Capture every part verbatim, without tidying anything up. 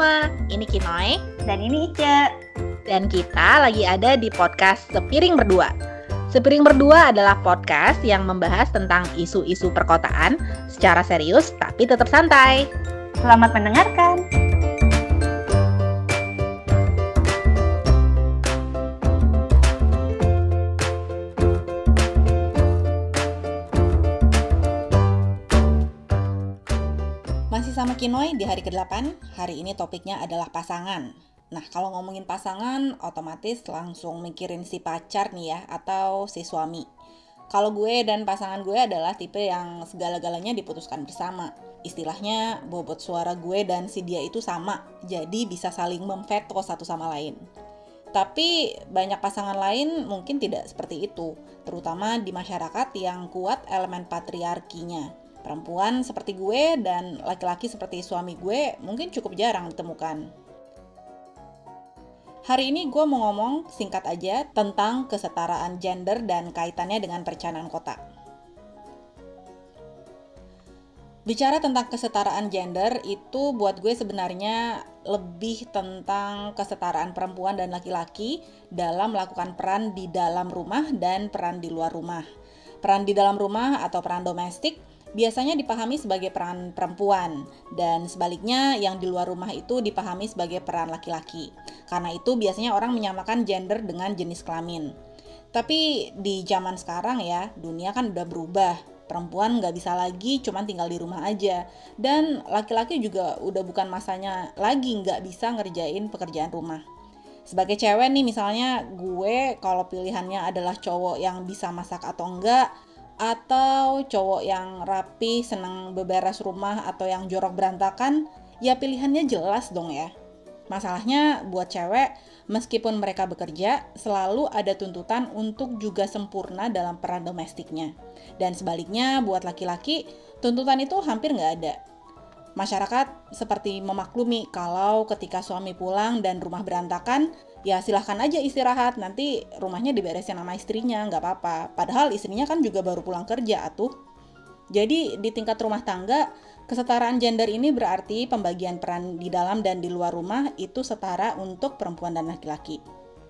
semua, ini Kinoy dan ini Ica. Dan kita lagi ada di podcast Sepiring Berdua. Sepiring Berdua adalah podcast yang membahas tentang isu-isu perkotaan secara serius tapi tetap santai. Selamat mendengarkan. Masih sama Kinoy di hari kedelapan, hari ini topiknya adalah pasangan. Nah, kalau ngomongin pasangan, otomatis langsung mikirin si pacar nih ya, atau si suami. Kalau gue dan pasangan gue adalah tipe yang segala-galanya diputuskan bersama. Istilahnya, bobot suara gue dan si dia itu sama, jadi bisa saling memveto satu sama lain. Tapi banyak pasangan lain mungkin tidak seperti itu, terutama di masyarakat yang kuat elemen patriarkinya. Perempuan seperti gue dan laki-laki seperti suami gue mungkin cukup jarang ditemukan. Hari ini gue mau ngomong singkat aja tentang kesetaraan gender dan kaitannya dengan perencanaan kota. Bicara tentang kesetaraan gender itu buat gue sebenarnya lebih tentang kesetaraan perempuan dan laki-laki dalam melakukan peran di dalam rumah dan peran di luar rumah. Peran di dalam rumah atau peran domestik biasanya dipahami sebagai peran perempuan, dan sebaliknya yang di luar rumah itu dipahami sebagai peran laki-laki. Karena itu biasanya orang menyamakan gender dengan jenis kelamin. Tapi di zaman sekarang ya, dunia kan udah berubah. Perempuan nggak bisa lagi cuma tinggal di rumah aja. Dan laki-laki juga udah bukan masanya lagi nggak bisa ngerjain pekerjaan rumah. Sebagai cewek nih misalnya, gue kalau pilihannya adalah cowok yang bisa masak atau enggak, atau cowok yang rapi, senang beberes rumah, atau yang jorok berantakan, ya pilihannya jelas dong ya. Masalahnya buat cewek, meskipun mereka bekerja, selalu ada tuntutan untuk juga sempurna dalam peran domestiknya. Dan sebaliknya buat laki-laki, tuntutan itu hampir nggak ada. Masyarakat seperti memaklumi kalau ketika suami pulang dan rumah berantakan, ya silahkan aja istirahat, nanti rumahnya diberesin sama istrinya, nggak apa-apa. Padahal istrinya kan juga baru pulang kerja atuh. Jadi di tingkat rumah tangga, kesetaraan gender ini berarti pembagian peran di dalam dan di luar rumah itu setara untuk perempuan dan laki-laki.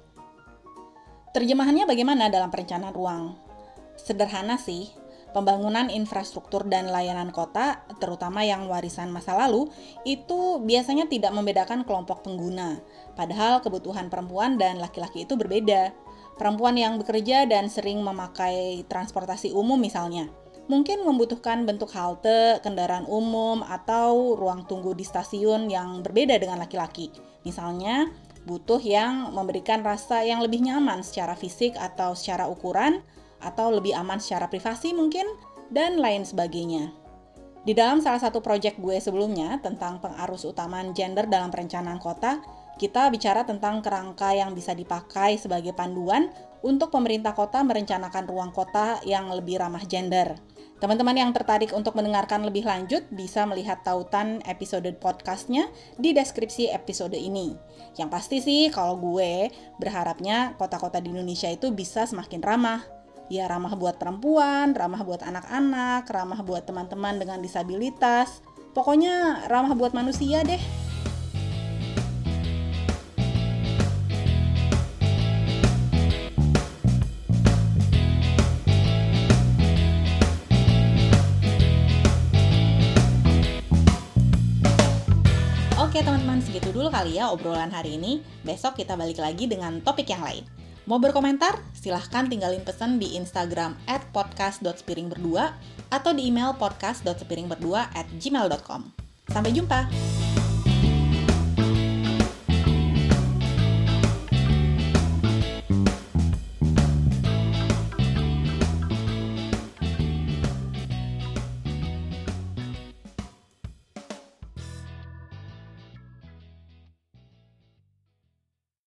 Terjemahannya bagaimana dalam perencanaan ruang? Sederhana sih. Pembangunan infrastruktur dan layanan kota, terutama yang warisan masa lalu, itu biasanya tidak membedakan kelompok pengguna. Padahal kebutuhan perempuan dan laki-laki itu berbeda. Perempuan yang bekerja dan sering memakai transportasi umum misalnya, mungkin membutuhkan bentuk halte, kendaraan umum, atau ruang tunggu di stasiun yang berbeda dengan laki-laki. Misalnya, butuh yang memberikan rasa yang lebih nyaman secara fisik atau secara ukuran, atau lebih aman secara privasi mungkin, dan lain sebagainya. Di dalam salah satu proyek gue sebelumnya tentang pengarus utamaan gender dalam perencanaan kota, kita bicara tentang kerangka yang bisa dipakai sebagai panduan untuk pemerintah kota merencanakan ruang kota yang lebih ramah gender. Teman-teman yang tertarik untuk mendengarkan lebih lanjut bisa melihat tautan episode podcastnya di deskripsi episode ini. Yang pasti sih kalau gue berharapnya kota-kota di Indonesia itu bisa semakin ramah. Ya ramah buat perempuan, ramah buat anak-anak, ramah buat teman-teman dengan disabilitas. Pokoknya ramah buat manusia deh. Oke teman-teman, segitu dulu kali ya obrolan hari ini. Besok kita balik lagi dengan topik yang lain. Mau berkomentar? Silahkan tinggalin pesan di Instagram at podcast dot sepiring berdua atau di email podcast dot sepiring berdua at gmail dot com. Sampai jumpa!